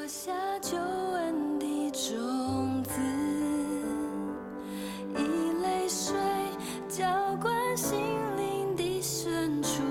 下救恩的种子，以泪水浇灌心灵的深处。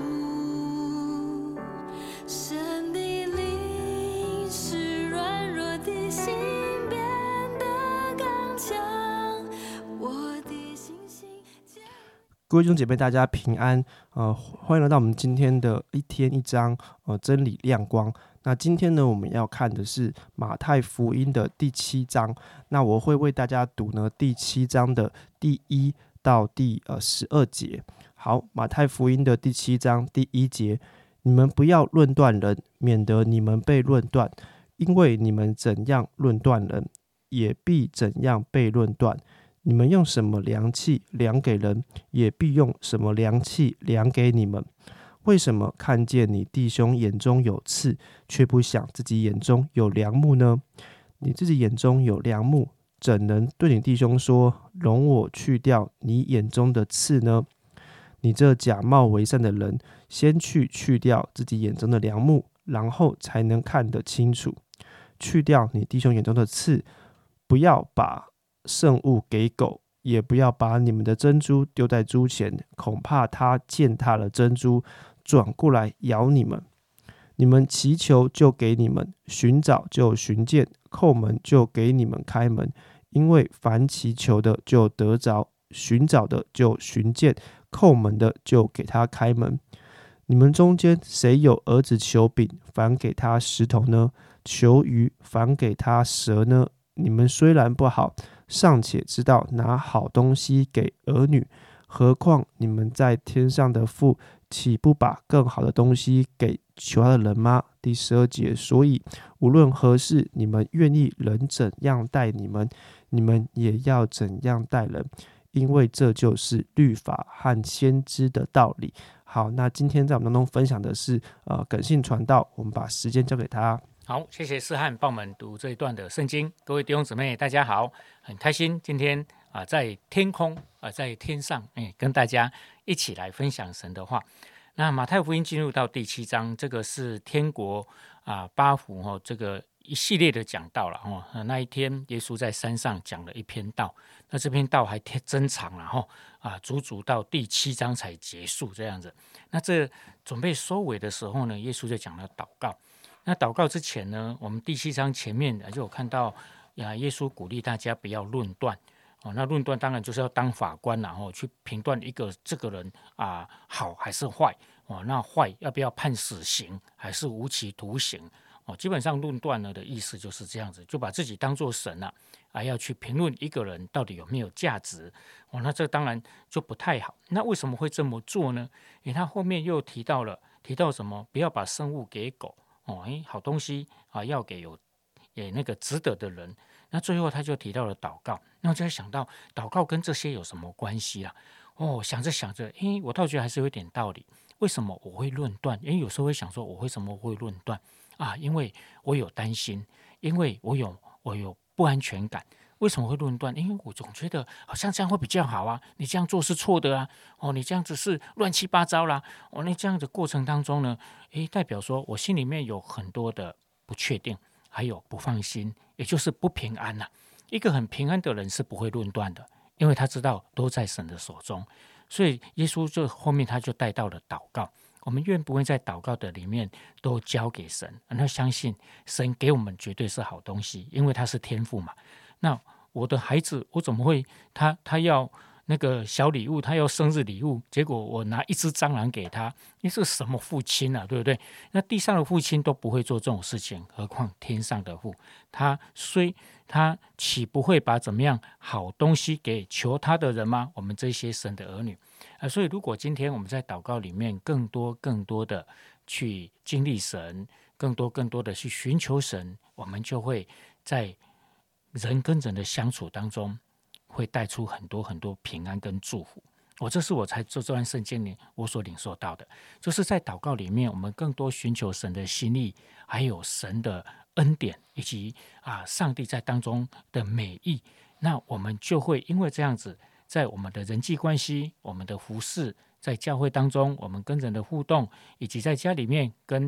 神的灵使软弱的心变得刚强，我的信心。 各位弟兄姐妹，大家平安。欢迎来到我们今天的一天一章真理亮光。那今天呢，我们要看的是马太福音的第7章。那我会为大家读呢第7章的第1到第12节。好，马太福音的第7章第1节：你们不要论断人，免得你们被论断，因为你们怎样论断人，也必怎样被论断。你们用什么量器量给人，也必用什么量器量给你们。为什么看见你弟兄眼中有刺，却不想自己眼中有梁木呢？你自己眼中有梁木，怎能对你弟兄说，容我去掉你眼中的刺呢？你这假冒为善的人，先去掉自己眼中的梁木，然后才能看得清楚。去掉你弟兄眼中的刺，不要把圣物给狗，也不要把你们的珍珠丢在猪前，恐怕它践踏了珍珠，转过来咬你们。你们祈求就给你们，寻找就寻见，叩门就给你们开门。因为凡祈求的就得着，寻找的就寻见，叩门的就给他开门。你们中间谁有儿子求饼，反给他石头呢？求鱼，反给他蛇呢？你们虽然不好，尚且知道拿好东西给儿女，何况你们在天上的父，岂不把更好的东西给求他的人吗？第12节，所以无论何事，你们愿意人怎样待你们，你们也要怎样待人，因为这就是律法和先知的道理。好，那今天在我们当中分享的是耿信传道，我们把时间交给他。 好，谢谢思翰帮我们读这一段的圣经。各位弟兄姊妹，大家好，很开心今天在天空在天上跟大家一起来分享神的话。那马太福音进入到第7章，这个是天国八福这个一系列的讲道了那一天耶稣在山上讲了一篇道，那这篇道还增长了足足到第7章才结束这样子。那这准备收尾的时候呢，耶稣就讲了祷告。那祷告之前呢，我们第7章前面就有看到耶稣鼓励大家不要论断那论断当然就是要当法官去评断这个人好还是坏那坏要不要判死刑还是无期徒刑基本上论断呢的意思就是这样子，就把自己当作神要去评论一个人到底有没有价值那这当然就不太好。那为什么会这么做呢？因为他后面又提到什么？不要把生物给狗好东西要给有那个值得的人。那最后他就提到了祷告，那我就想到祷告跟这些有什么关系啦？想着想着，我倒觉得还是有点道理。为什么我会论断？有时候会想说，我为什么会论断因为我有担心，因为我有不安全感。为什么会论断？因为我总觉得好像这样会比较好你这样做是错的你这样子是乱七八糟啦那这样的过程当中呢代表说我心里面有很多的不确定，还有不放心，也就是不平安一个很平安的人是不会论断的，因为他知道都在神的手中。所以耶稣就后面他就带到了祷告，我们愿不愿意在祷告的里面都交给神，那相信神给我们绝对是好东西，因为他是天父嘛。那我的孩子，我怎么会他要那个小礼物，他要生日礼物，结果我拿一只蟑螂给他，你是什么父亲对不对？那地上的父亲都不会做这种事情，何况天上的父，他岂不会把怎么样好东西给求他的人吗？我们这些神的儿女所以如果今天我们在祷告里面更多的去经历神，更多的去寻求神，我们就会在人跟人的相处当中会带出很多平安跟祝福。这是我在这段圣经里我所领受到的，就是在祷告里面我们更多寻求神的心意，还有神的恩典，以及上帝在当中的美意。那我们就会因为这样子，在我们的人际关系，我们的服事，在教会当中我们跟人的互动，以及在家里面跟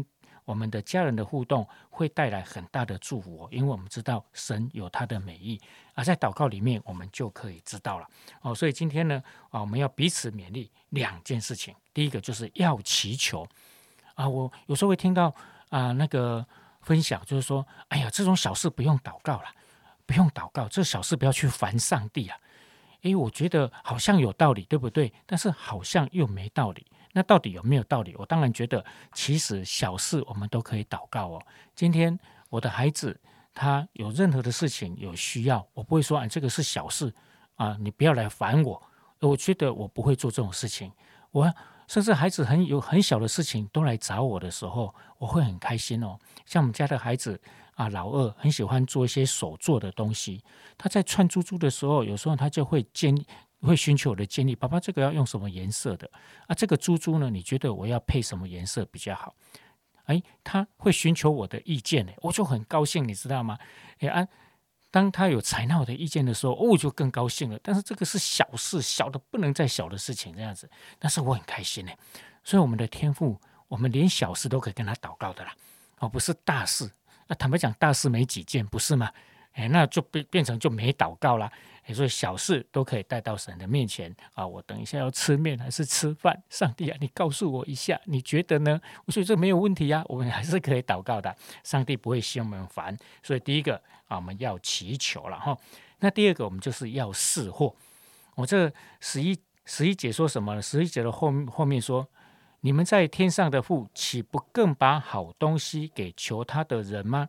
我们的家人的互动会带来很大的祝福因为我们知道神有他的美意在祷告里面我们就可以知道了所以今天呢我们要彼此勉励2件事情。第一个就是要祈求我有时候会听到那个分享，就是说哎呀这种小事不用祷告了，不用祷告，这小事不要去烦上帝啊。我觉得好像有道理，对不对？但是好像又没道理。那到底有没有道理？我当然觉得其实小事我们都可以祷告今天我的孩子他有任何的事情有需要，我不会说这个是小事你不要来烦我。我觉得我不会做这种事情。我甚至孩子很小的事情都来找我的时候，我会很开心像我们家的孩子老二很喜欢做一些手做的东西，他在串珠珠的时候，有时候他就会寻求我的建议，爸爸这个要用什么颜色的这个珠珠呢你觉得我要配什么颜色比较好？他会寻求我的意见我就很高兴，你知道吗？当他有采纳我的意见的时候我就更高兴了。但是这个是小事，小的不能再小的事情这样子，但是我很开心所以我们的天父，我们连小事都可以跟他祷告的啦不是大事。坦白讲大事没几件不是吗？那就变成就没祷告啦所以小事都可以带到神的面前我等一下要吃面还是吃饭，上帝你告诉我一下，你觉得呢？我觉得这没有问题我们还是可以祷告的，上帝不会嫌我们烦。所以第一个我们要祈求了那第二个我们就是要释惑。我这11节说什么呢？11节的后面说，你们在天上的父岂不更把好东西给求他的人吗？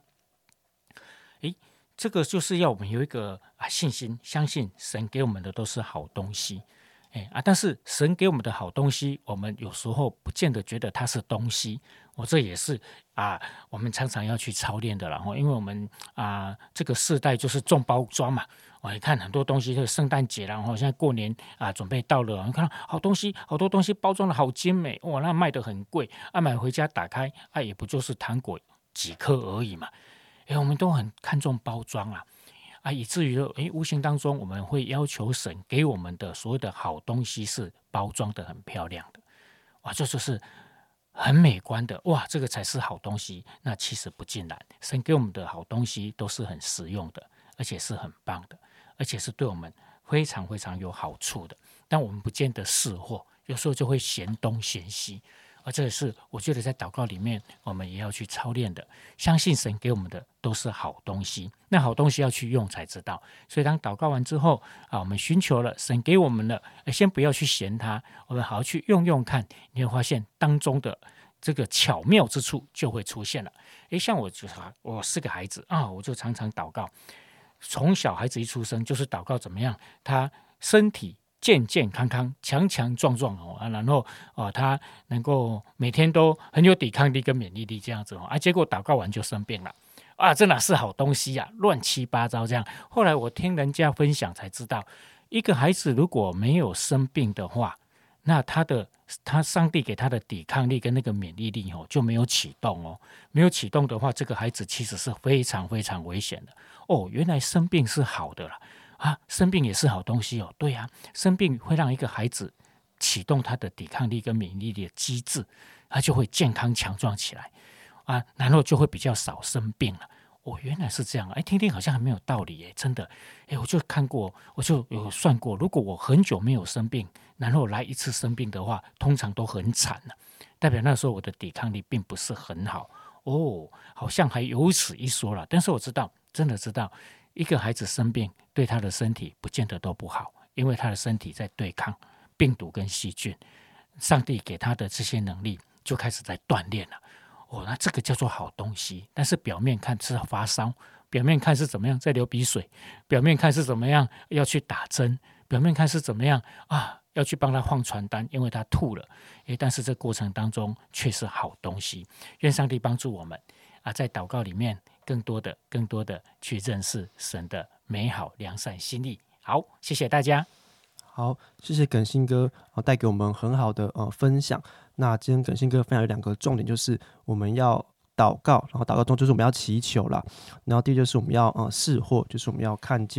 这个就是要我们有一个信心，相信神给我们的都是好东西但是神给我们的好东西，我们有时候不见得觉得它是东西这也是我们常常要去操练的啦因为我们这个世代就是重包装嘛你看很多东西，就是圣诞节啦现在过年准备到了，你看好多东西包装的好精美那卖得很贵买回家打开也不就是糖果几颗而已嘛我们都很看重包装以至于无形当中我们会要求神给我们的所有的好东西是包装的很漂亮的这就是很美观的这个才是好东西。那其实不尽然，神给我们的好东西都是很实用的，而且是很棒的，而且是对我们非常非常有好处的，但我们不见得识货，有时候就会嫌东嫌西这也是我觉得在祷告里面我们也要去操练的，相信神给我们的都是好东西，那好东西要去用才知道。所以当祷告完之后我们寻求了，神给我们了，先不要去嫌它，我们好好去用用看，你会发现当中的这个巧妙之处就会出现了。像我是个孩子我就常常祷告，从小孩子一出生就是祷告怎么样他身体健健康康强强壮壮然后他能够每天都很有抵抗力跟免疫力这样子结果祷告完就生病了这哪是好东西乱七八糟这样。后来我听人家分享才知道，一个孩子如果没有生病的话，那他上帝给他的抵抗力跟那个免疫力就没有启动没有启动的话，这个孩子其实是非常非常危险的原来生病是好的啦生病也是好东西对生病会让一个孩子启动他的抵抗力跟免疫力的机制，他就会健康强壮起来然后就会比较少生病了原来是这样听听好像很没有道理真的我就看过，我就有算过，如果我很久没有生病，然后来一次生病的话，通常都很惨代表那时候我的抵抗力并不是很好好像还有此一说了。但是我真的知道一个孩子生病对他的身体不见得都不好，因为他的身体在对抗病毒跟细菌，上帝给他的这些能力就开始在锻炼了那这个叫做好东西。但是表面看是发烧，表面看是怎么样在流鼻水，表面看是怎么样要去打针，表面看是怎么样要去帮他放传单，因为他吐了但是这过程当中却是好东西。愿上帝帮助我们在祷告里面更多的去认识神的美好良善心意。好，谢谢大家。 好，谢谢耿信哥带给我们很好的分享。那今天耿信哥分享有2个重点，就是我们要祷告，然后祷告中就是我们要祈求啦，然后第二就是我们要释惑，就是我们要看见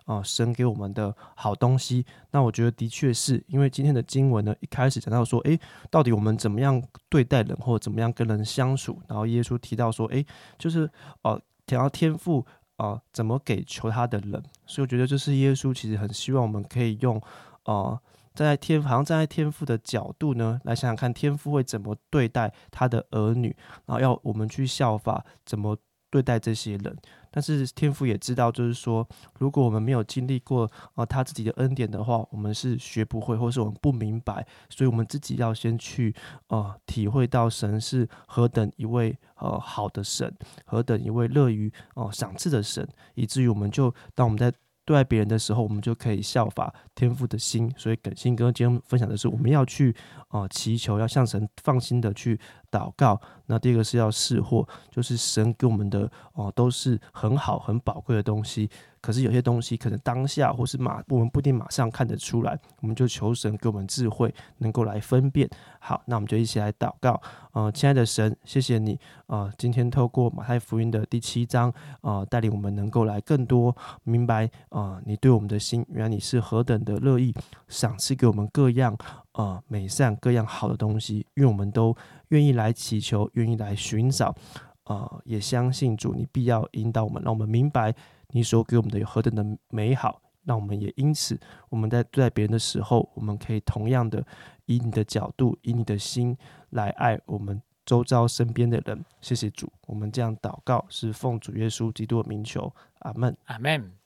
神给我们的好东西。那我觉得的确是因为今天的经文呢，一开始讲到说，到底我们怎么样对待人，或者怎么样跟人相处，然后耶稣提到说，就是想要天父怎么给求他的人。所以我觉得就是耶稣其实很希望我们可以用好像站在天父的角度呢，来想想看天父会怎么对待他的儿女，然后要我们去效法怎么对待这些人。但是天父也知道，就是说如果我们没有经历过他自己的恩典的话，我们是学不会，或是我们不明白。所以我们自己要先去体会到神是何等一位好的神，何等一位乐于赏赐的神，以至于我们就当我们在对待别人的时候，我们就可以效法天父的心。所以耿信哥今天分享的是，我们要去祈求，要向神放心的去祷告。那第二个是要释惑，就是神给我们的都是很好很宝贵的东西，可是有些东西可能当下或是我们不一定马上看得出来，我们就求神给我们智慧，能够来分辨。好，那我们就一起来祷告。亲爱的神，谢谢你今天透过马太福音的第7章带领我们能够来更多明白你对我们的心，原来你是何等的乐意赏赐给我们各样美善各样好的东西，因为我们都愿意来祈求，愿意来寻找也相信主你必要引导我们，让我们明白你所给我们的有何等的美好，让我们也因此我们在对待别人的时候，我们可以同样的以你的角度，以你的心来爱我们周遭身边的人。谢谢主，我们这样祷告是奉主耶稣基督的名求，阿们。 阿们。